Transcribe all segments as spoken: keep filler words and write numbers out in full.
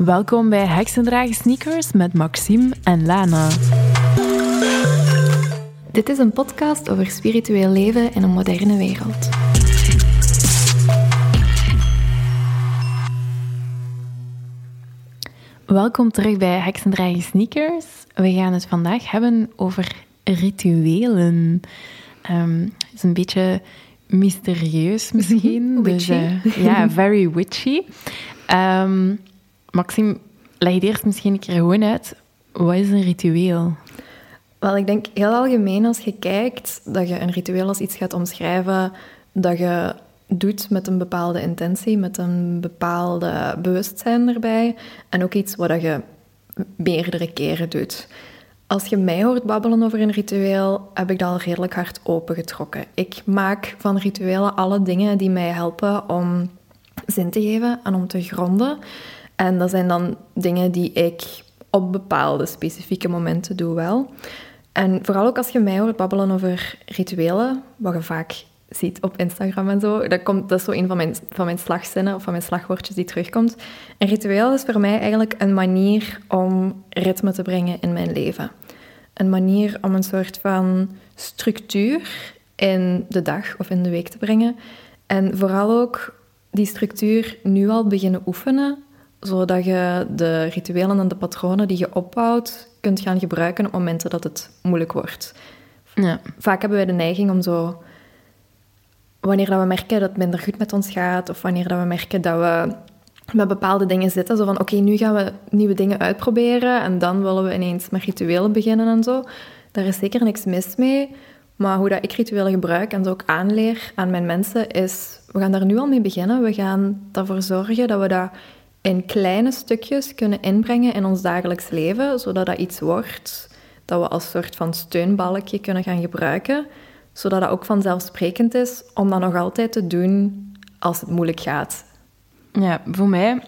Welkom bij Heksendragen Sneakers met Maxime en Lana. Dit is een podcast over spiritueel leven in een moderne wereld. Welkom terug bij Heksendragen Sneakers. We gaan het vandaag hebben over rituelen. Um, het is een beetje mysterieus misschien. Witchy. Dus, uh, ja, very witchy. Um, Maxime, leg je eerst misschien een keer gewoon uit. Wat is een ritueel? Wel, ik denk heel algemeen als je kijkt dat je een ritueel als iets gaat omschrijven dat je doet met een bepaalde intentie, met een bepaalde bewustzijn erbij en ook iets wat je meerdere keren doet. Als je mij hoort babbelen over een ritueel, heb ik dat al redelijk hard opengetrokken. Ik maak van rituelen alle dingen die mij helpen om zin te geven en om te gronden. En dat zijn dan dingen die ik op bepaalde specifieke momenten doe wel. En vooral ook als je mij hoort babbelen over rituelen, wat je vaak ziet op Instagram en zo, dat, komt, dat is zo een van mijn, van mijn slagzinnen of van mijn slagwoordjes die terugkomt. Een ritueel is voor mij eigenlijk een manier om ritme te brengen in mijn leven. Een manier om een soort van structuur in de dag of in de week te brengen. En vooral ook die structuur nu al beginnen oefenen, zodat je de rituelen en de patronen die je opbouwt kunt gaan gebruiken op momenten dat het moeilijk wordt. Ja. Vaak hebben wij de neiging om zo, wanneer dat we merken dat het minder goed met ons gaat, of wanneer dat we merken dat we met bepaalde dingen zitten, zo van oké, okay, nu gaan we nieuwe dingen uitproberen en dan willen we ineens met rituelen beginnen en zo. Daar is zeker niks mis mee, maar hoe dat ik rituelen gebruik en zo ook aanleer aan mijn mensen is, we gaan daar nu al mee beginnen. We gaan ervoor zorgen dat we dat in kleine stukjes kunnen inbrengen in ons dagelijks leven, zodat dat iets wordt dat we als soort van steunbalkje kunnen gaan gebruiken, zodat dat ook vanzelfsprekend is om dat nog altijd te doen als het moeilijk gaat. Ja, voor mij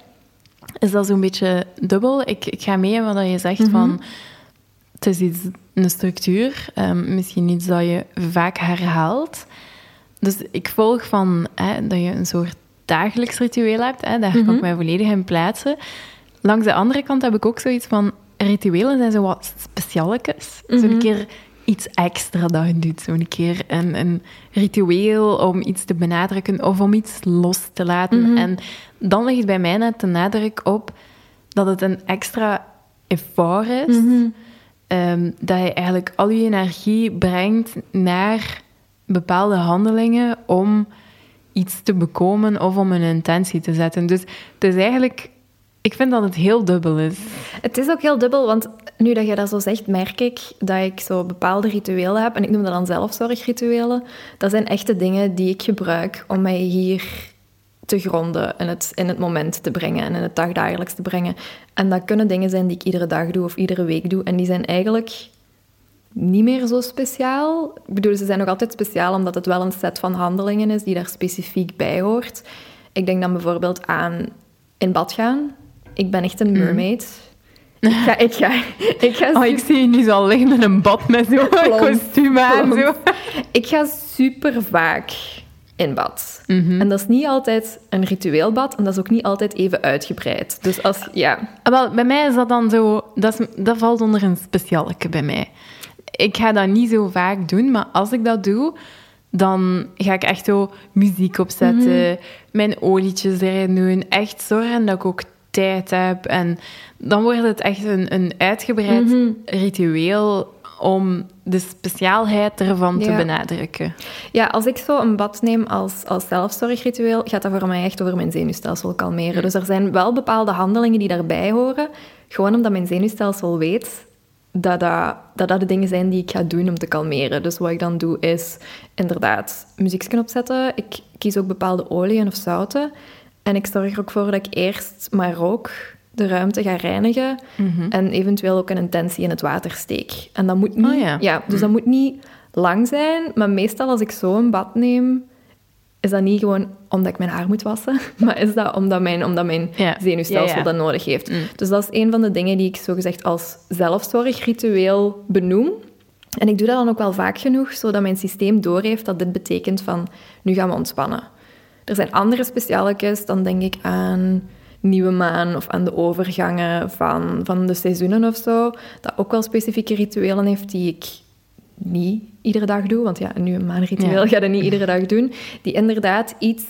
is dat zo'n beetje dubbel. Ik, ik ga mee in wat je zegt Mm-hmm. van, het is iets, een structuur, um, misschien iets dat je vaak herhaalt. Dus ik volg van hè, dat je een soort dagelijks ritueel hebt, hè, daar mm-hmm. kan ik mij volledig in plaatsen. Langs de andere kant heb ik ook zoiets van, rituelen zijn zo wat specialetjes. Mm-hmm. Zo'n keer iets extra dat je doet. Zo'n keer een, een ritueel om iets te benadrukken of om iets los te laten. Mm-hmm. En dan ligt bij mij net de nadruk op dat het een extra effort is. Mm-hmm. Um, dat je eigenlijk al je energie brengt naar bepaalde handelingen om iets te bekomen of om een intentie te zetten. Dus het is eigenlijk... Ik vind dat het heel dubbel is. Het is ook heel dubbel, want nu dat je dat zo zegt, merk ik dat ik zo bepaalde rituelen heb. En ik noem dat dan zelfzorgrituelen. Dat zijn echte dingen die ik gebruik om mij hier te gronden en het in het moment te brengen en in het dagdagelijks te brengen. En dat kunnen dingen zijn die ik iedere dag doe of iedere week doe. En die zijn eigenlijk niet meer zo speciaal. Ik bedoel, ze zijn nog altijd speciaal omdat het wel een set van handelingen is die daar specifiek bij hoort. Ik denk dan bijvoorbeeld aan in bad gaan. Ik ben echt een mermaid. Mm. Ik ga... Ik ga, ik ga oh, ik zie je nu zo liggen in een bad met zo'n kostuum aan. Zo. Ik ga super vaak in bad. Mm-hmm. En dat is niet altijd een ritueel bad en dat is ook niet altijd even uitgebreid. Dus als... Ja. Wel, bij mij is dat dan zo... Dat, is, dat valt onder een specialeke bij mij. Ik ga dat niet zo vaak doen, maar als ik dat doe, dan ga ik echt zo muziek opzetten, mm-hmm. mijn olietjes erin doen, echt zorgen dat ik ook tijd heb. En dan wordt het echt een, een uitgebreid mm-hmm. ritueel om de speciaalheid ervan ja. te benadrukken. Ja, als ik zo een bad neem als, als zelfzorgritueel, gaat dat voor mij echt over mijn zenuwstelsel kalmeren. Mm. Dus er zijn wel bepaalde handelingen die daarbij horen, gewoon omdat mijn zenuwstelsel weet dat dat, dat dat de dingen zijn die ik ga doen om te kalmeren. Dus wat ik dan doe is inderdaad muziekje opzetten. Ik kies ook bepaalde oliën of zouten. En ik zorg er ook voor dat ik eerst maar ook de ruimte ga reinigen mm-hmm. en eventueel ook een intentie in het water steek. En dat moet niet... Oh ja. Ja, dus mm. dat moet niet lang zijn, maar meestal als ik zo een bad neem, is dat niet gewoon omdat ik mijn haar moet wassen, maar is dat omdat mijn, omdat mijn ja. zenuwstelsel ja, ja. dat nodig heeft. Mm. Dus dat is een van de dingen die ik zogezegd als zelfzorgritueel benoem. En ik doe dat dan ook wel vaak genoeg, zodat mijn systeem doorheeft dat dit betekent van, nu gaan we ontspannen. Er zijn andere specialetjes, dan denk ik aan nieuwe maan of aan de overgangen van, van de seizoenen of zo, dat ook wel specifieke rituelen heeft die ik niet iedere dag doe. Want ja, een nieuwe maanritueel Ja. ga je niet iedere dag doen. Die inderdaad iets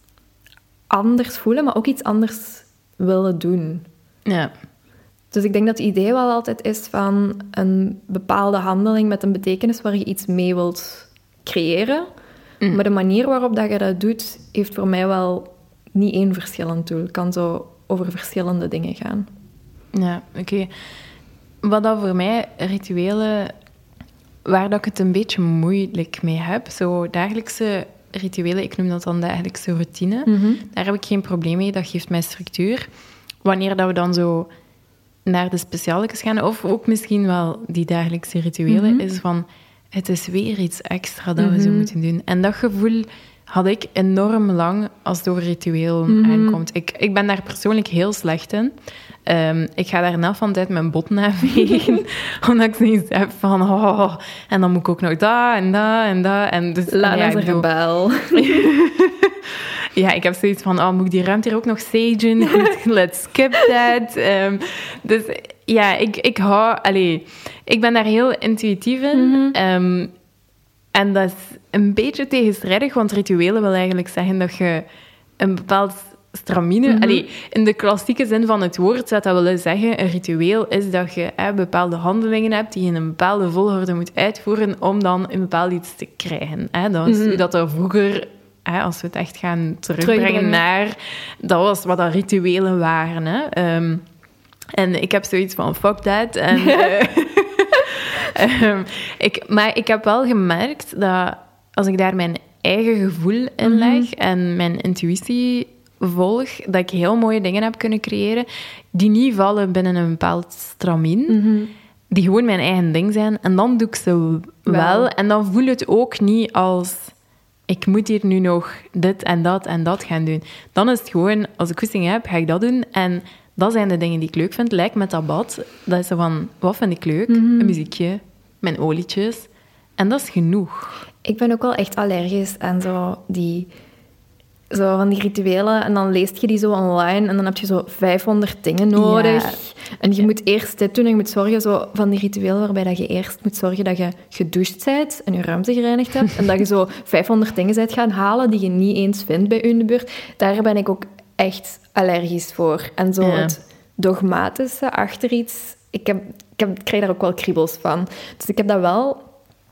anders voelen, maar ook iets anders willen doen. Ja. Dus ik denk dat het idee wel altijd is van een bepaalde handeling met een betekenis waar je iets mee wilt creëren. Mm. Maar de manier waarop dat je dat doet, heeft voor mij wel niet één verschillend doel. Het kan zo over verschillende dingen gaan. Ja, oké. Wat dan voor mij rituelen, waar dat ik het een beetje moeilijk mee heb, zo dagelijkse rituelen, ik noem dat dan dagelijkse routine, Mm-hmm. daar heb ik geen probleem mee, dat geeft mij structuur. Wanneer dat we dan zo naar de specialetjes gaan, of ook misschien wel die dagelijkse rituelen, Mm-hmm. is van, het is weer iets extra dat we zo Mm-hmm. moeten doen. En dat gevoel had ik enorm lang als het over ritueel Mm-hmm. aankomt. Ik, ik ben daar persoonlijk heel slecht in. Um, ik ga daar na van tijd mijn botten aanvegen, omdat ik zoiets heb van, oh, en dan moet ik ook nog dat en dat en dat. En dus, Lana ja, is een ik bedoel- rebel. ja, ik heb zoiets van, oh, moet ik die ruimte hier ook nog sagen? Goed, let's skip that. Um, dus ja, ik, ik hou... Allee, ik ben daar heel intuïtief in. Mhm. Um, en dat is een beetje tegenstrijdig, want rituelen wil eigenlijk zeggen dat je een bepaald stramine... Mhm. Allee, in de klassieke zin van het woord zou dat willen zeggen, een ritueel is dat je hè, bepaalde handelingen hebt die je in een bepaalde volgorde moet uitvoeren om dan een bepaald iets te krijgen. Hè. Dat is Mhm. hoe dat er vroeger... Hè, als we het echt gaan terugbrengen, Terugbrengen. naar... Dat was wat dat rituelen waren. Hè. Um, en ik heb zoiets van, fuck that. En, uh, um, ik, maar ik heb wel gemerkt dat als ik daar mijn eigen gevoel in Mhm. leg en mijn intuïtie volg, dat ik heel mooie dingen heb kunnen creëren die niet vallen binnen een bepaald stramien. Mhm. Die gewoon mijn eigen ding zijn. En dan doe ik ze wel. Wel. En dan voel het ook niet als... Ik moet hier nu nog dit en dat en dat gaan doen. Dan is het gewoon, als ik goesting heb, ga ik dat doen. En dat zijn de dingen die ik leuk vind. Lijkt met dat bad. Dat is zo van, wat vind ik leuk? Mhm. Een muziekje, mijn olietjes. En dat is genoeg. Ik ben ook wel echt allergisch aan zo die... Zo van die rituelen. En dan leest je die zo online. En dan heb je zo vijfhonderd dingen nodig. Ja. En je moet eerst dit doen. En je moet zorgen zo van die rituelen waarbij dat je eerst moet zorgen dat je gedoucht bent. En je ruimte gereinigd hebt. En dat je zo vijfhonderd dingen bent gaan halen die je niet eens vindt bij u in de buurt. Daar ben ik ook echt allergisch voor. En zo Ja. het dogmatische achter iets... Ik, heb, ik, heb, ik krijg daar ook wel kriebels van. Dus ik heb dat wel...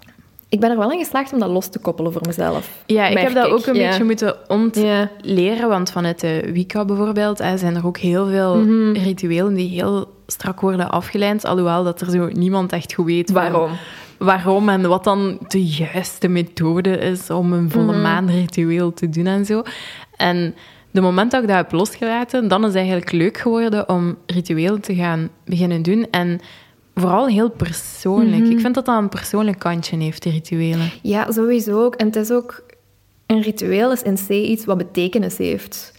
Ik ben er wel in geslaagd om dat los te koppelen voor mezelf. Ja, ik merk heb dat ook een ja. beetje moeten Ja. ontleren. Want vanuit de Wicca bijvoorbeeld hè, zijn er ook heel veel Mhm. rituelen die heel strak worden afgeleid. Alhoewel dat er zo niemand echt goed weet van Waarom? waarom en wat dan de juiste methode is om een volle Mhm. maanritueel te doen en zo. En de moment dat ik dat heb losgelaten, dan is het eigenlijk leuk geworden om rituelen te gaan beginnen doen. En vooral heel persoonlijk. Mhm. Ik vind dat dat een persoonlijk kantje heeft, die rituelen. Ja, sowieso ook. En het is ook... Een ritueel is in C iets wat betekenis heeft.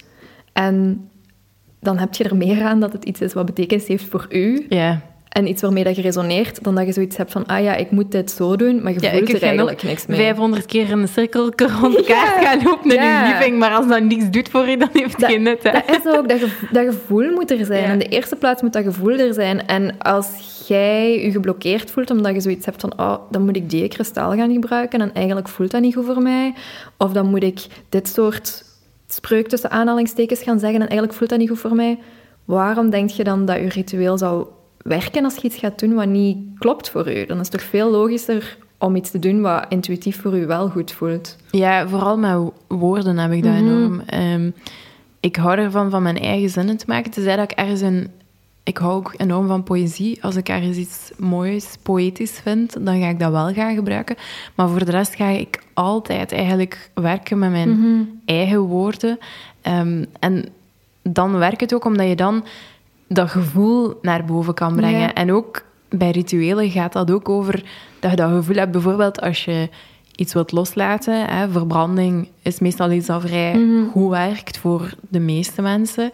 En dan heb je er meer aan dat het iets is wat betekenis heeft voor u. Ja. En iets waarmee dat je resoneert, dan dat je zoiets hebt van... Ah ja, ik moet dit zo doen, maar je Ja, voelt ik er ga eigenlijk nog niks mee. vijfhonderd keer in een cirkel rond elkaar gaan lopen in Ja. je living, maar als dat niks doet voor je, dan heeft het Dat- geen nut. Hè? Dat is ook, dat, gevo- dat gevoel moet er zijn. Ja. In de eerste plaats moet dat gevoel er zijn. En als jij je geblokkeerd voelt omdat je zoiets hebt van... Oh, dan moet ik die kristal gaan gebruiken en eigenlijk voelt dat niet goed voor mij. Of dan moet ik dit soort spreuk tussen aanhalingstekens gaan zeggen en eigenlijk voelt dat niet goed voor mij. Waarom denk je dan dat je ritueel zou werken als je iets gaat doen wat niet klopt voor je? Dan is het toch veel logischer om iets te doen wat intuïtief voor je wel goed voelt. Ja, vooral met woorden heb ik dat Mhm. enorm. Um, ik hou ervan van mijn eigen zinnen te maken. Tenzij dat ik ergens een... Ik hou ook enorm van poëzie. Als ik ergens iets moois, poëtisch vind, dan ga ik dat wel gaan gebruiken. Maar voor de rest ga ik altijd eigenlijk werken met mijn Mhm. eigen woorden. Um, en dan werkt het ook omdat je dan dat gevoel naar boven kan brengen. Ja. En ook bij rituelen gaat dat ook over dat je dat gevoel hebt. Bijvoorbeeld als je iets wilt loslaten. Hè, verbranding is meestal iets dat vrij Mhm. goed werkt voor de meeste mensen.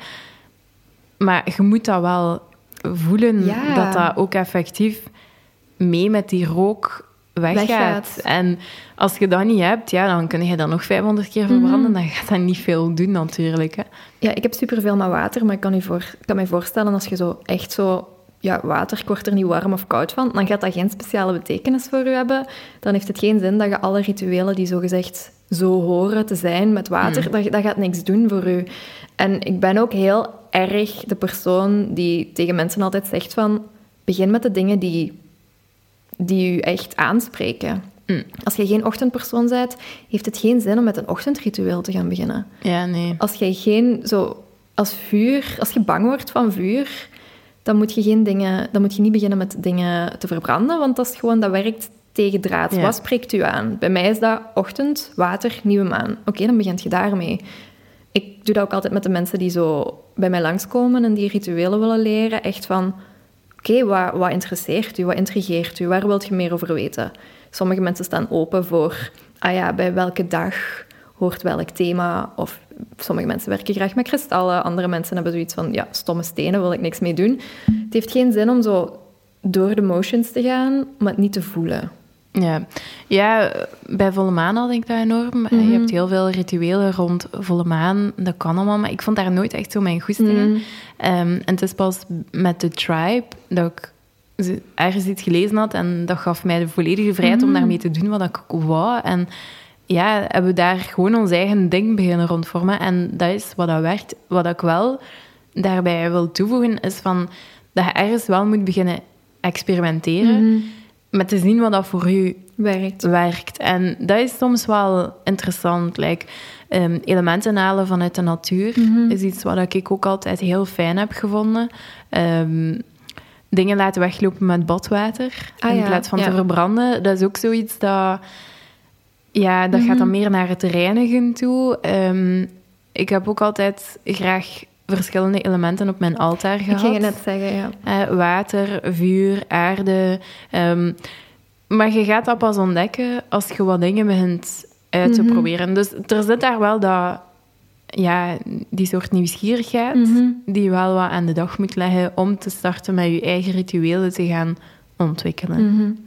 Maar je moet dat wel voelen, Ja. dat dat ook effectief mee met die rook weggaat. Weggaat. En als je dat niet hebt, ja, dan kun je dat nog vijfhonderd keer verbranden. Mhm. Dan gaat dat niet veel doen, natuurlijk. Hè. Ja, ik heb superveel met water, maar ik kan, u voor, ik kan me voorstellen als je zo echt zo... Ja, water, ik word er niet warm of koud van, dan gaat dat geen speciale betekenis voor u hebben. Dan heeft het geen zin dat je alle rituelen die zogezegd zo horen te zijn met water, Mm. dat, dat gaat niks doen voor u. En ik ben ook heel erg de persoon die tegen mensen altijd zegt van... Begin met de dingen die, die u echt aanspreken. Mm. Als je geen ochtendpersoon bent, heeft het geen zin om met een ochtendritueel te gaan beginnen. Ja, nee. Als je geen zo... Als vuur... Als je bang wordt van vuur... Dan moet je, geen dingen, dan moet je niet beginnen met dingen te verbranden, want dat, is gewoon, dat werkt tegen draad. Ja. Wat spreekt u aan? Bij mij is dat ochtend, water, nieuwe maan. Oké, okay, dan begint je daarmee. Ik doe dat ook altijd met de mensen die zo bij mij langskomen en die rituelen willen leren. Echt van, oké, okay, wat, wat interesseert u? Wat intrigeert u? Waar wilt je meer over weten? Sommige mensen staan open voor, ah ja, bij welke dag hoort welk thema. Of sommige mensen werken graag met kristallen. Andere mensen hebben zoiets van, ja, stomme stenen, wil ik niks mee doen. Het heeft geen zin om zo door de motions te gaan, maar het niet te voelen. Ja. ja, bij volle maan had ik dat enorm. Mm-hmm. Je hebt heel veel rituelen rond volle maan. Dat kan allemaal, maar ik vond daar nooit echt zo mijn goestingen. Mm. Um, en het is pas met de tribe dat ik ergens iets gelezen had en dat gaf mij de volledige vrijheid mm-hmm. om daarmee te doen wat ik wou. En ja, hebben we daar gewoon ons eigen ding beginnen rondvormen. En dat is wat dat werkt. Wat ik wel daarbij wil toevoegen, is van dat je ergens wel moet beginnen experimenteren mm-hmm. met te zien wat dat voor u werkt. werkt. En dat is soms wel interessant. Like, um, elementen halen vanuit de natuur mm-hmm. is iets wat ik ook altijd heel fijn heb gevonden. Um, dingen laten weglopen met badwater ah, in ja. plaats van ja. te verbranden. Dat is ook zoiets dat... Ja, dat mm-hmm. gaat dan meer naar het reinigen toe. Um, ik heb ook altijd graag verschillende elementen op mijn altaar gehad. Ik ging het net zeggen, ja. Uh, water, vuur, aarde. Um, maar je gaat dat pas ontdekken als je wat dingen begint uit te mm-hmm. proberen. Dus er zit daar wel dat, ja, die soort nieuwsgierigheid mm-hmm. die je wel wat aan de dag moet leggen om te starten met je eigen rituelen te gaan ontwikkelen. Mm-hmm.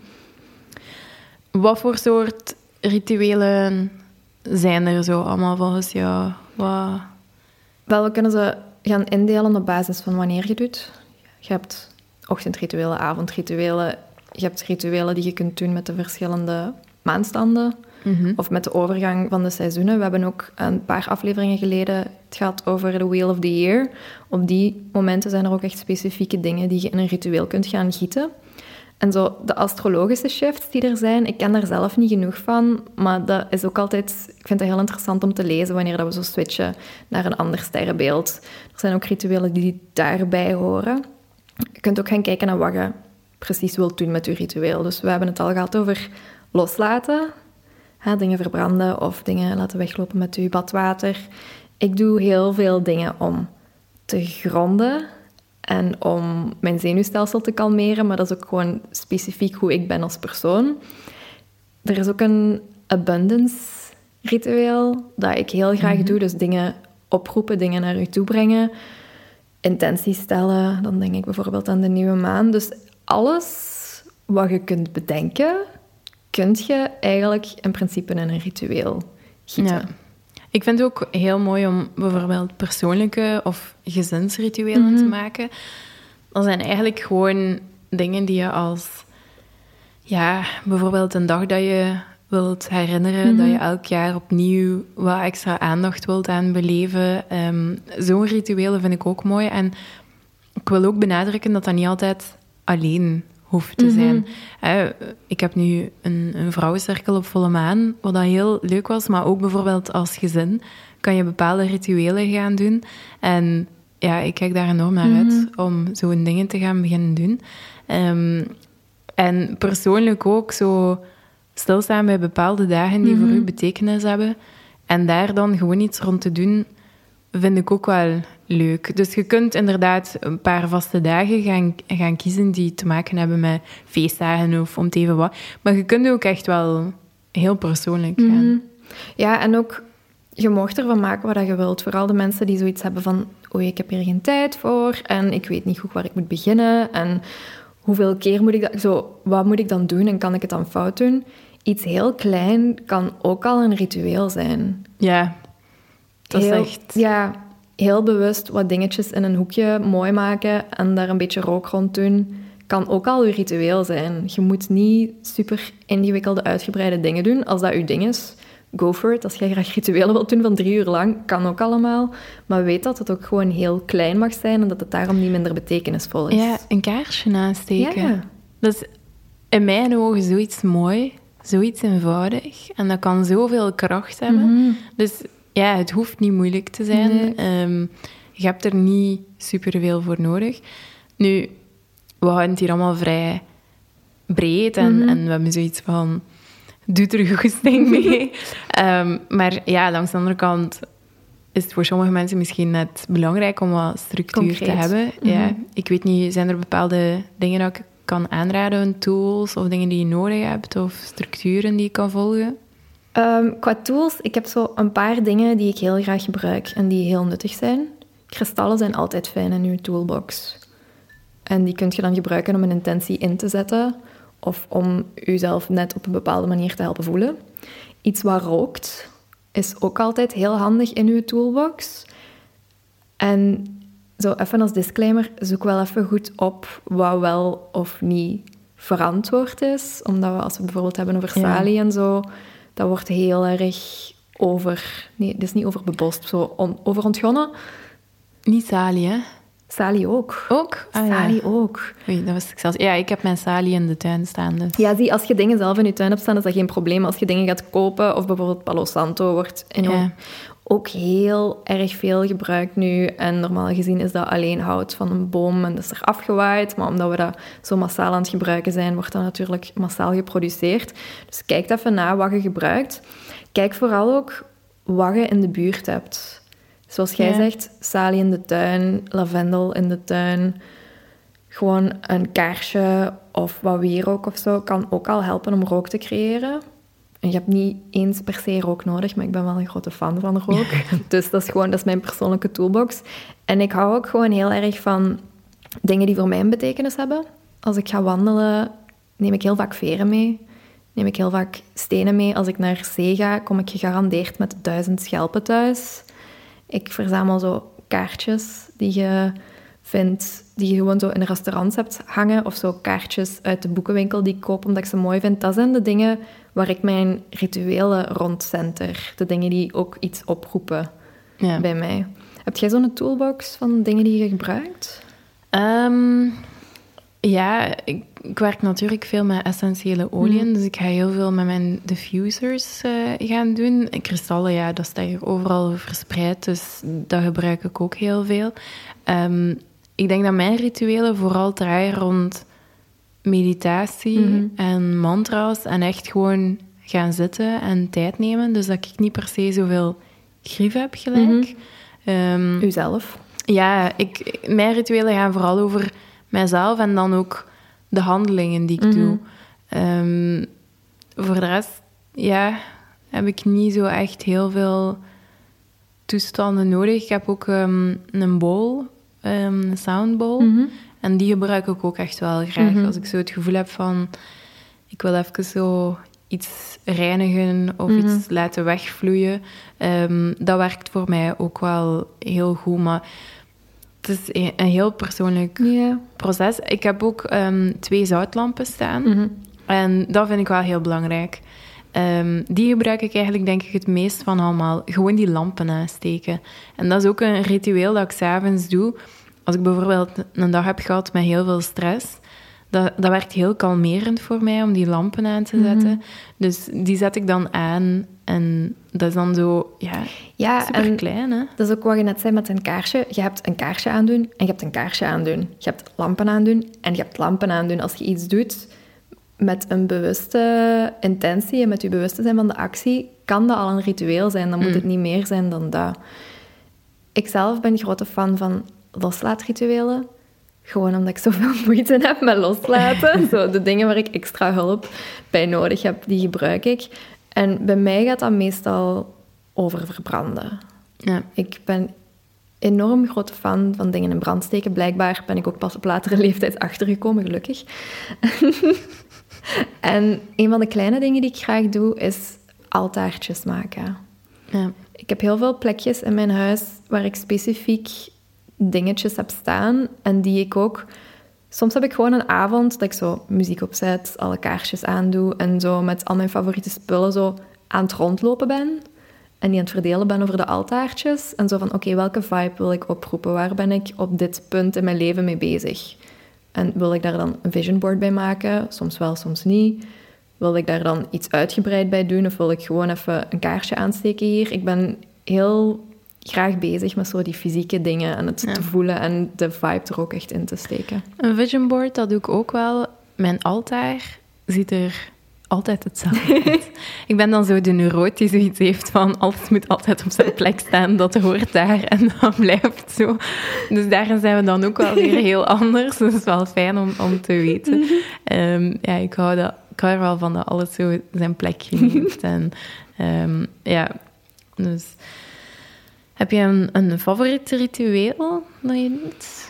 Wat voor soort rituelen zijn er zo allemaal volgens jou? Wat... Wel, we kunnen ze gaan indelen op basis van wanneer je doet. Je hebt ochtendrituelen, avondrituelen. Je hebt rituelen die je kunt doen met de verschillende maanstanden. Mm-hmm. Of met de overgang van de seizoenen. We hebben ook een paar afleveringen geleden het gehad over de Wheel of the Year. Op die momenten zijn er ook echt specifieke dingen die je in een ritueel kunt gaan gieten. En zo de astrologische shifts die er zijn, ik ken daar zelf niet genoeg van, maar dat is ook altijd... Ik vind het heel interessant om te lezen wanneer dat we zo switchen naar een ander sterrenbeeld. Er zijn ook rituelen die daarbij horen. Je kunt ook gaan kijken naar wat je precies wilt doen met je ritueel. Dus we hebben het al gehad over loslaten, hè, dingen verbranden of dingen laten weglopen met je badwater. Ik doe heel veel dingen om te gronden en om mijn zenuwstelsel te kalmeren, maar dat is ook gewoon specifiek hoe ik ben als persoon. Er is ook een abundance ritueel dat ik heel graag mm-hmm. doe, dus dingen oproepen, dingen naar u toe brengen, intenties stellen, dan denk ik bijvoorbeeld aan de nieuwe maan. Dus alles wat je kunt bedenken, kun je eigenlijk in principe in een ritueel gieten. Ja. Ik vind het ook heel mooi om bijvoorbeeld persoonlijke of gezinsrituelen mm-hmm. te maken. Dat zijn eigenlijk gewoon dingen die je als... Ja, bijvoorbeeld een dag dat je wilt herinneren, mm-hmm. dat je elk jaar opnieuw wat extra aandacht wilt aan beleven. Um, Zo'n rituelen vind ik ook mooi. En ik wil ook benadrukken dat dat niet altijd alleen hoeft te zijn. Mm-hmm. Uh, ik heb nu een, een vrouwencirkel op volle maan, wat dat heel leuk was, maar ook bijvoorbeeld als gezin kan je bepaalde rituelen gaan doen. En ja, ik kijk daar enorm naar uit mm-hmm. om zo'n dingen te gaan beginnen doen. Um, en persoonlijk ook zo stilstaan bij bepaalde dagen die mm-hmm. voor u betekenis hebben. En daar dan gewoon iets rond te doen, vind ik ook wel leuk. Dus je kunt inderdaad een paar vaste dagen gaan, gaan kiezen die te maken hebben met feestdagen of om het even wat. Maar je kunt ook echt wel heel persoonlijk gaan. Mm-hmm. Ja, en ook, je mag ervan maken wat je wilt. Vooral de mensen die zoiets hebben van, oei, ik heb hier geen tijd voor en ik weet niet goed waar ik moet beginnen. En hoeveel keer moet ik dat... Zo, wat moet ik dan doen en kan ik het dan fout doen? Iets heel klein kan ook al een ritueel zijn. Ja, dat heel, is echt... Ja, heel bewust wat dingetjes in een hoekje mooi maken en daar een beetje rook rond doen, kan ook al je ritueel zijn. Je moet niet super ingewikkelde, uitgebreide dingen doen. Als dat je ding is, go for it. Als jij graag rituelen wilt doen van drie uur lang, kan ook allemaal. Maar weet dat het ook gewoon heel klein mag zijn en dat het daarom niet minder betekenisvol is. Ja, een kaarsje aansteken. Ja. Dat is in mijn ogen zoiets mooi, zoiets eenvoudig. En dat kan zoveel kracht hebben. Mm-hmm. Dus ja, het hoeft niet moeilijk te zijn. Nee. Um, je hebt er niet superveel voor nodig. Nu, we houden het hier allemaal vrij breed. En, Mm-hmm. en we hebben zoiets van... Doe er je goesting mee. um, maar ja, langs de andere kant is het voor sommige mensen misschien net belangrijk om wat structuur Concreet. te hebben. Mm-hmm. Ja, ik weet niet, zijn er bepaalde dingen dat ik kan aanraden, tools of dingen die je nodig hebt of structuren die je kan volgen? Um, qua tools, ik heb zo een paar dingen die ik heel graag gebruik en die heel nuttig zijn. Kristallen zijn altijd fijn in je toolbox. En die kun je dan gebruiken om een intentie in te zetten of om jezelf net op een bepaalde manier te helpen voelen. Iets wat rookt is ook altijd heel handig in je toolbox. En zo even als disclaimer, zoek wel even goed op wat wel of niet verantwoord is. Omdat we, als we het bijvoorbeeld hebben over Ja. salie en zo, dat wordt heel erg over... Nee, het is niet over bebost, zo on, over ontgonnen. Niet salie, hè? Salie ook. Ook? Ah, ja. Salie ook. Oei, dat wist ik zelfs. Ja, ik heb mijn salie in de tuin staan. Dus. Ja, zie, als je dingen zelf in je tuin hebt staan, is dat geen probleem. Als je dingen gaat kopen, of bijvoorbeeld Palo Santo wordt enorm, Ja. ook heel erg veel gebruikt nu. En normaal gezien is dat alleen hout van een boom en dat is er afgewaaid. Maar omdat we dat zo massaal aan het gebruiken zijn, wordt dat natuurlijk massaal geproduceerd. Dus kijk even na wat je gebruikt. Kijk vooral ook wat je in de buurt hebt. Zoals jij Ja. zegt, salie in de tuin, lavendel in de tuin. Gewoon een kaarsje of wat wierook of zo kan ook al helpen om rook te creëren. En je hebt niet eens per se rook nodig, maar ik ben wel een grote fan van rook. Dus dat is gewoon, dat is mijn persoonlijke toolbox. En ik hou ook gewoon heel erg van dingen die voor mij een betekenis hebben. Als ik ga wandelen, neem ik heel vaak veren mee. Neem ik heel vaak stenen mee. Als ik naar zee ga, kom ik gegarandeerd met duizend schelpen thuis. Ik verzamel zo kaartjes die je vindt, die je gewoon zo in restaurants hebt hangen, of zo kaartjes uit de boekenwinkel die ik koop omdat ik ze mooi vind. Dat zijn de dingen waar ik mijn rituelen rond center. De dingen die ook iets oproepen Ja. bij mij. Heb jij zo'n toolbox van dingen die je gebruikt? Um, ja, ik, ik werk natuurlijk veel met essentiële oliën, Mm. dus ik ga heel veel met mijn diffusers uh, gaan doen. En kristallen, ja, dat staat hier overal verspreid, dus dat gebruik ik ook heel veel. Um, ik denk dat mijn rituelen vooral draaien rond meditatie Mm-hmm. en mantra's en echt gewoon gaan zitten en tijd nemen. Dus dat ik niet per se zoveel grief heb gelijk. Mm-hmm. Um, Uzelf? Ja, ik, mijn rituelen gaan vooral over mijzelf en dan ook de handelingen die ik Mm-hmm. doe. Um, voor de rest, ja, heb ik niet zo echt heel veel toestanden nodig. Ik heb ook um, een bowl, um, een soundbowl. Mm-hmm. En die gebruik ik ook echt wel graag. Mm-hmm. Als ik zo het gevoel heb van... Ik wil even zo iets reinigen of Mm-hmm. iets laten wegvloeien. Um, dat werkt voor mij ook wel heel goed. Maar het is een, een heel persoonlijk Ja. proces. Ik heb ook um, twee zoutlampen staan. Mm-hmm. En dat vind ik wel heel belangrijk. Um, die gebruik ik eigenlijk, denk ik, het meest van allemaal. Gewoon die lampen aansteken. En dat is ook een ritueel dat ik 's avonds doe. Als ik bijvoorbeeld een dag heb gehad met heel veel stress, dat, dat werkt heel kalmerend voor mij om die lampen aan te zetten. Mm-hmm. Dus die zet ik dan aan en dat is dan zo, ja, Ja, super en klein, hè? dat is ook wat je net zei met een kaarsje. Je hebt een kaarsje aandoen en je hebt een kaarsje aandoen. Je hebt lampen aandoen en je hebt lampen aandoen. Als je iets doet met een bewuste intentie en met je bewustzijn van de actie, kan dat al een ritueel zijn. Dan moet Mm. het niet meer zijn dan dat. Ik zelf ben een grote fan van loslaatrituelen. Gewoon omdat ik zoveel moeite heb met loslaten. Zo, de dingen waar ik extra hulp bij nodig heb, die gebruik ik. En bij mij gaat dat meestal over verbranden. Ja. Ik ben enorm grote fan van dingen in brand steken. Blijkbaar ben ik ook pas op latere leeftijd achtergekomen, gelukkig. En een van de kleine dingen die ik graag doe, is altaartjes maken. Ja. Ik heb heel veel plekjes in mijn huis waar ik specifiek dingetjes heb staan en die ik ook... Soms heb ik gewoon een avond dat ik zo muziek opzet, alle kaarsjes aandoe en zo met al mijn favoriete spullen zo aan het rondlopen ben en die aan het verdelen ben over de altaartjes. En zo van, oké, okay, welke vibe wil ik oproepen? Waar ben ik op dit punt in mijn leven mee bezig? En wil ik daar dan een vision board bij maken? Soms wel, soms niet. Wil ik daar dan iets uitgebreid bij doen? Of wil ik gewoon even een kaarsje aansteken hier? Ik ben heel graag bezig met zo die fysieke dingen en het ja. te voelen en de vibe er ook echt in te steken. Een vision board, dat doe ik ook wel. Mijn altaar ziet er altijd hetzelfde uit. Ik ben dan zo de neuroot die zoiets heeft van alles moet altijd op zijn plek staan, dat hoort daar en dat blijft zo. Dus daarin zijn we dan ook wel weer heel anders. Dus het is wel fijn om, om te weten. Um, ja, ik hou, dat, ik hou er wel van dat alles zo zijn plekje heeft. En um, ja, dus... Heb je een, een favoriet ritueel dat je doet?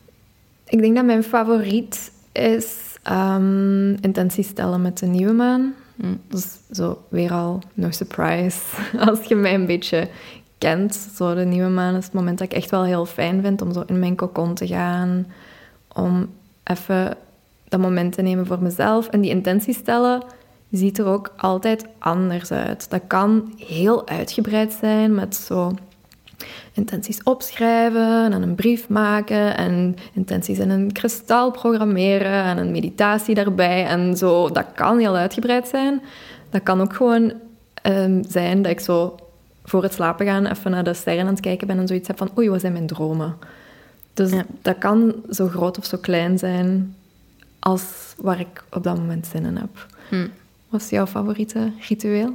Ik denk dat mijn favoriet is um, intenties stellen met de nieuwe maan. Mm. Dus zo weer al no surprise. Als je mij een beetje kent, zo de nieuwe maan is het moment dat ik echt wel heel fijn vind om zo in mijn cocon te gaan. Om even dat moment te nemen voor mezelf. En die intenties stellen ziet er ook altijd anders uit. Dat kan heel uitgebreid zijn met zo... intenties opschrijven en een brief maken en intenties in een kristal programmeren en een meditatie daarbij en zo. Dat kan heel uitgebreid zijn. Dat kan ook gewoon um, zijn dat ik zo voor het slapen gaan even naar de sterren aan het kijken ben en zoiets heb van oei, wat zijn mijn dromen? Dus ja. dat kan zo groot of zo klein zijn als waar ik op dat moment zin in heb. Hm. Wat is jouw favoriete ritueel?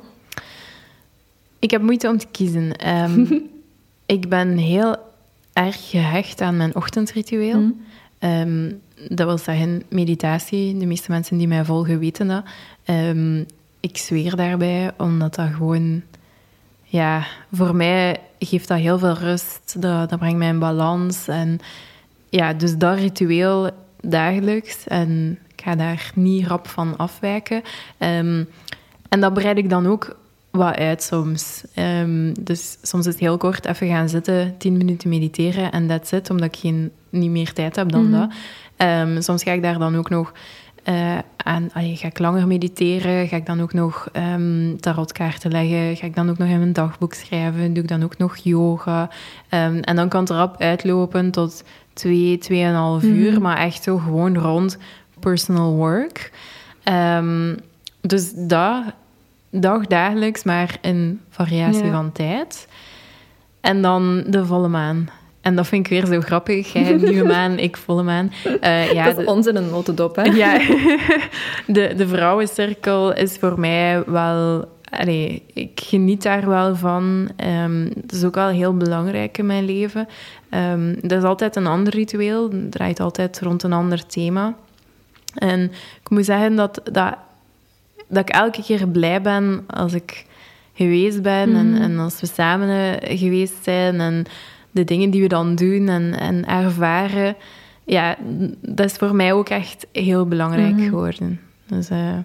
Ik heb moeite om te kiezen. Um, Ik ben heel erg gehecht aan mijn ochtendritueel. Mm. Um, dat wil zeggen meditatie. De meeste mensen die mij volgen weten dat. Um, ik zweer daarbij, omdat dat gewoon... Ja, voor mij geeft dat heel veel rust. Dat, dat brengt mij in balans. En ja, dus dat ritueel dagelijks. En ik ga daar niet rap van afwijken. Um, en dat bereid ik dan ook... wat uit soms. Um, dus soms is het heel kort even gaan zitten, tien minuten mediteren en that's it, omdat ik geen, niet meer tijd heb dan mm-hmm. dat. Um, soms ga ik daar dan ook nog uh, aan... Allee, ga ik langer mediteren, ga ik dan ook nog um, tarotkaarten leggen, ga ik dan ook nog in mijn dagboek schrijven, doe ik dan ook nog yoga. Um, en dan kan het erop uitlopen tot twee, tweeënhalf mm-hmm. uur, maar echt zo gewoon rond personal work. Um, dus dat... dag dagelijks, maar in variatie ja. van tijd. En dan de volle maan. En dat vind ik weer zo grappig. Jij nieuwe maan, ik volle maan. Uh, ja, dat is de, ons in een notendop, hè? Ja, de, de vrouwencirkel is voor mij wel... Allee, ik geniet daar wel van. Um, het is ook wel heel belangrijk in mijn leven. Um, dat is altijd een ander ritueel. Het draait altijd rond een ander thema. En ik moet zeggen dat... dat dat ik elke keer blij ben als ik geweest ben mm. en, en als we samen geweest zijn en de dingen die we dan doen en, en ervaren. Ja, dat is voor mij ook echt heel belangrijk mm-hmm. geworden. Dus uh,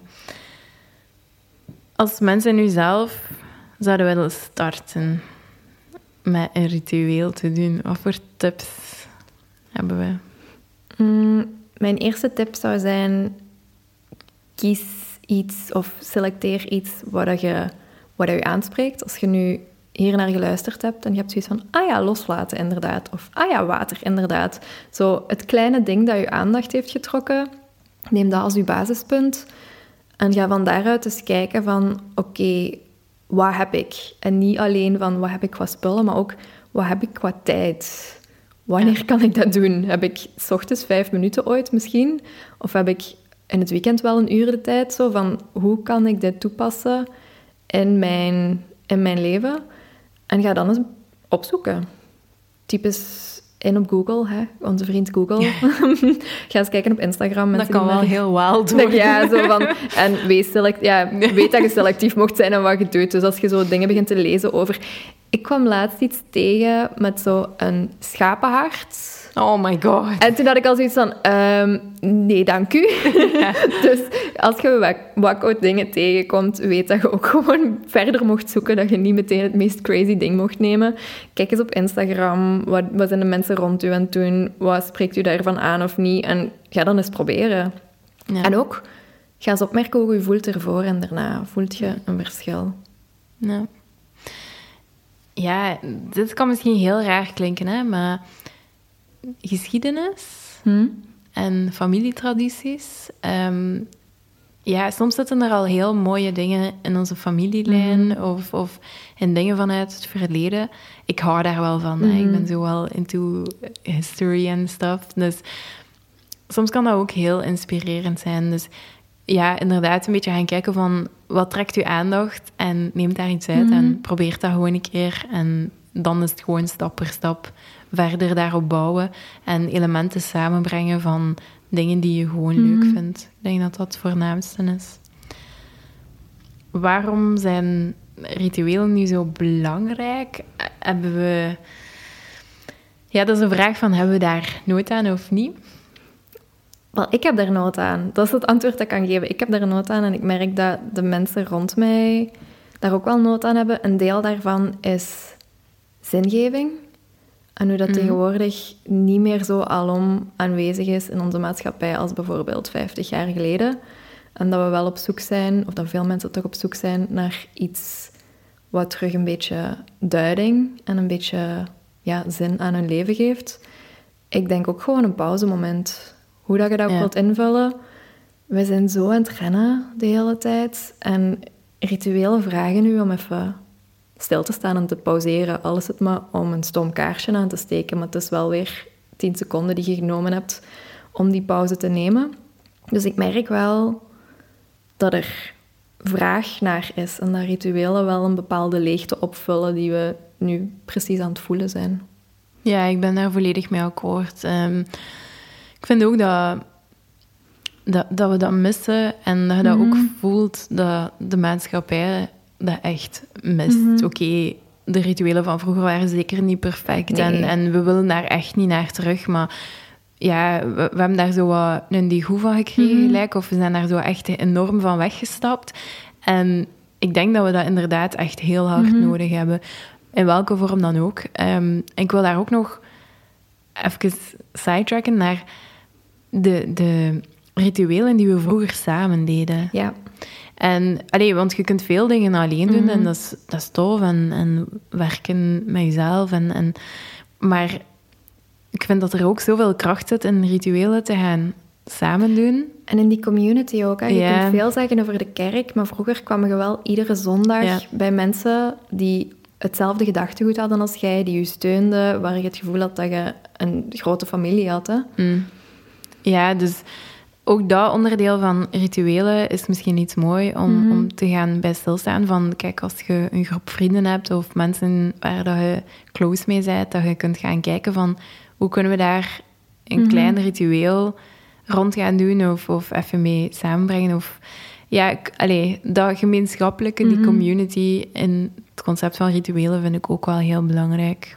als mensen nu zelf zouden willen starten met een ritueel te doen, wat voor tips hebben we? Mm, mijn eerste tip zou zijn, kies iets of selecteer iets wat je, wat je aanspreekt. Als je nu hier naar geluisterd hebt en je hebt zoiets van, ah ja, loslaten inderdaad. Of ah ja, water inderdaad. Zo het kleine ding dat je aandacht heeft getrokken, neem dat als je basispunt en ga van daaruit eens kijken van, oké, okay, wat heb ik? En niet alleen van, wat heb ik qua spullen, maar ook, wat heb ik qua tijd? Wanneer ja. kan ik dat doen? Heb ik 's ochtends vijf minuten ooit misschien? Of heb ik in het weekend wel een uur de tijd, zo van hoe kan ik dit toepassen in mijn, in mijn leven? En ga dan eens opzoeken. Typisch in op Google, hè? Onze vriend Google. Ja. Ga eens kijken op Instagram. Dat kan wel maar... heel wild worden. Ja, zo van, en wees select, ja, weet dat je selectief mocht zijn en wat je doet. Dus als je zo dingen begint te lezen over Ik kwam laatst iets tegen met zo'n schapenhart. Oh my god. En toen had ik al zoiets van, um, nee, dank u. Ja. Dus als je wakko dingen tegenkomt, weet dat je ook gewoon verder mocht zoeken, dat je niet meteen het meest crazy ding mocht nemen. Kijk eens op Instagram, wat, wat zijn de mensen rond u aan het doen, wat spreekt u daarvan aan of niet, en ga dan eens proberen. Ja. En ook, ga eens opmerken hoe je voelt ervoor en daarna. Voelt je een verschil? Ja. Ja, dit kan misschien heel raar klinken, hè, maar geschiedenis hmm. en familietradities. Um, ja, soms zitten er al heel mooie dingen in onze familielijn mm. of, of in dingen vanuit het verleden. Ik hou daar wel van. Mm. Hè. Ik ben zo wel into history en stuff. Dus soms kan dat ook heel inspirerend zijn. Dus ja, inderdaad een beetje gaan kijken van wat trekt uw aandacht en neemt daar iets uit mm. en probeert dat gewoon een keer. En dan is het gewoon stap per stap verder daarop bouwen en elementen samenbrengen van dingen die je gewoon mm-hmm. leuk vindt. Ik denk dat dat het voornaamste is. Waarom zijn rituelen nu zo belangrijk? Hebben we... Ja, dat is een vraag van, hebben we daar nood aan of niet? Wel, ik heb daar nood aan. Dat is het antwoord dat ik kan geven. Ik heb daar nood aan en ik merk dat de mensen rond mij daar ook wel nood aan hebben. Een deel daarvan is zingeving. En hoe dat mm. tegenwoordig niet meer zo alom aanwezig is in onze maatschappij als bijvoorbeeld vijftig jaar geleden. En dat we wel op zoek zijn, of dat veel mensen toch op zoek zijn, naar iets wat terug een beetje duiding en een beetje ja, zin aan hun leven geeft. Ik denk ook gewoon een pauzemoment. Hoe dat je dat ook ja. wilt invullen. We zijn zo aan het rennen de hele tijd. En rituelen vragen u om even stil te staan en te pauzeren. Al is het maar om een stom kaarsje aan te steken. Maar het is wel weer tien seconden die je genomen hebt om die pauze te nemen. Dus ik merk wel dat er vraag naar is. En dat rituelen wel een bepaalde leegte opvullen die we nu precies aan het voelen zijn. Ja, ik ben daar volledig mee akkoord. Um, ik vind ook dat, dat, dat we dat missen en dat je dat mm-hmm. ook voelt dat de maatschappij dat echt mist. Mm-hmm. Oké, okay, de rituelen van vroeger waren zeker niet perfect nee. en, en we willen daar echt niet naar terug, maar ja, we, we hebben daar zo wat een degoe van gekregen mm-hmm. gelijk, of we zijn daar zo echt enorm van weggestapt. En ik denk dat we dat inderdaad echt heel hard mm-hmm. nodig hebben. In welke vorm dan ook. Um, ik wil daar ook nog even sidetracken naar de, de rituelen die we vroeger samen deden. Ja. En, allee, want je kunt veel dingen alleen doen mm-hmm. en dat is, dat is tof. En, en werken met jezelf. En, en, maar ik vind dat er ook zoveel kracht zit in rituelen te gaan samen doen. En in die community ook. Hè. Je ja. kunt veel zeggen over de kerk, maar vroeger kwam je wel iedere zondag ja. bij mensen die hetzelfde gedachtegoed hadden als jij, die je steunde, waar je het gevoel had dat je een grote familie had. Hè? Mm. Ja, dus ook dat onderdeel van rituelen is misschien iets mooi om, mm-hmm. om te gaan bij stilstaan van, kijk, als je een groep vrienden hebt of mensen waar dat je close mee bent, dat je kunt gaan kijken van, hoe kunnen we daar een mm-hmm. klein ritueel rond gaan doen of, of even mee samenbrengen of... Ja, allee, dat gemeenschappelijke, die mm-hmm. community in het concept van rituelen vind ik ook wel heel belangrijk.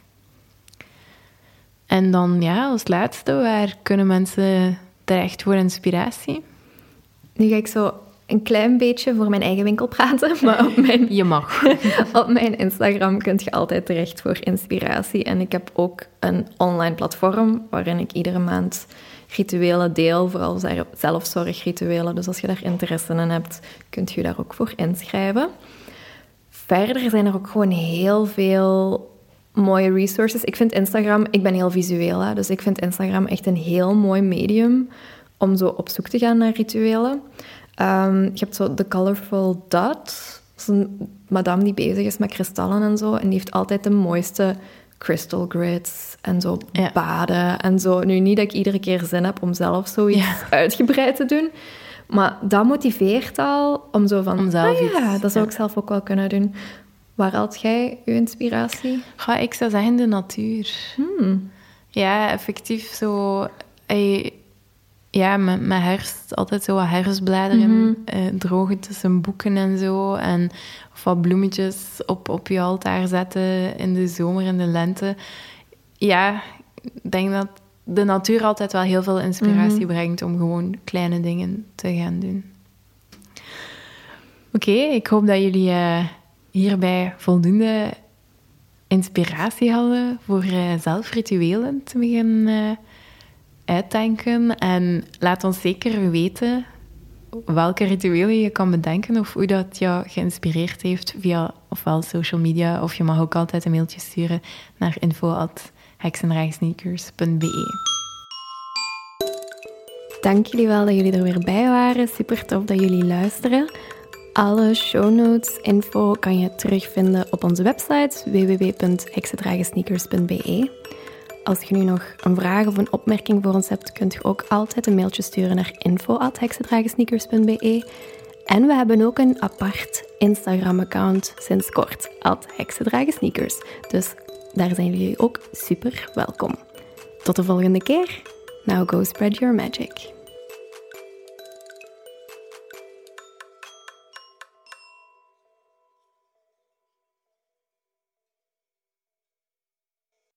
En dan, ja, als laatste, waar kunnen mensen terecht voor inspiratie? Nu ga ik zo een klein beetje voor mijn eigen winkel praten, maar op mijn, je mag. Op mijn Instagram kun je altijd terecht voor inspiratie. En ik heb ook een online platform waarin ik iedere maand rituelen deel, vooral zelfzorgrituelen. Dus als je daar interesse in hebt, kunt je daar ook voor inschrijven. Verder zijn er ook gewoon heel veel mooie resources. Ik vind Instagram, ik ben heel visueel, hè, dus ik vind Instagram echt een heel mooi medium om zo op zoek te gaan naar rituelen. Um, je hebt zo The Colorful Dot. Dat is een madame die bezig is met kristallen en zo. En die heeft altijd de mooiste crystal grids en zo ja. baden en zo. Nu, niet dat ik iedere keer zin heb om zelf zoiets ja. uitgebreid te doen. Maar dat motiveert al om zo van... Om zelf ah, iets, ja, dat zou ja. ik zelf ook wel kunnen doen. Waar haalt jij je inspiratie? Ja, ik zou zeggen de natuur. Hmm. Ja, effectief zo... Hey, ja, met, met herfst altijd zo wat herfstbladeren Mm-hmm. uh, drogen tussen boeken en zo. En, of wat bloemetjes op, op je altaar zetten in de zomer en de lente. Ja, ik denk dat de natuur altijd wel heel veel inspiratie mm-hmm. brengt om gewoon kleine dingen te gaan doen. Oké, okay, ik hoop dat jullie uh, hierbij voldoende inspiratie hadden voor uh, zelf rituelen te beginnen uh, uitdenken. En laat ons zeker weten welke rituelen je kan bedenken of hoe dat jou geïnspireerd heeft via ofwel social media, of je mag ook altijd een mailtje sturen naar info at heksendraagsneakers punt b e. Dank jullie wel dat jullie er weer bij waren. Super tof dat jullie luisteren. Alle show notes, info kan je terugvinden op onze website w w w punt heksendraagsneakers punt b e. Als je nu nog een vraag of een opmerking voor ons hebt, kunt je ook altijd een mailtje sturen naar info at heksendraagsneakers punt b e. En we hebben ook een apart Instagram-account sinds kort, at heksendraagsneakers. Dus daar zijn jullie ook super welkom. Tot de volgende keer. Now go spread your magic.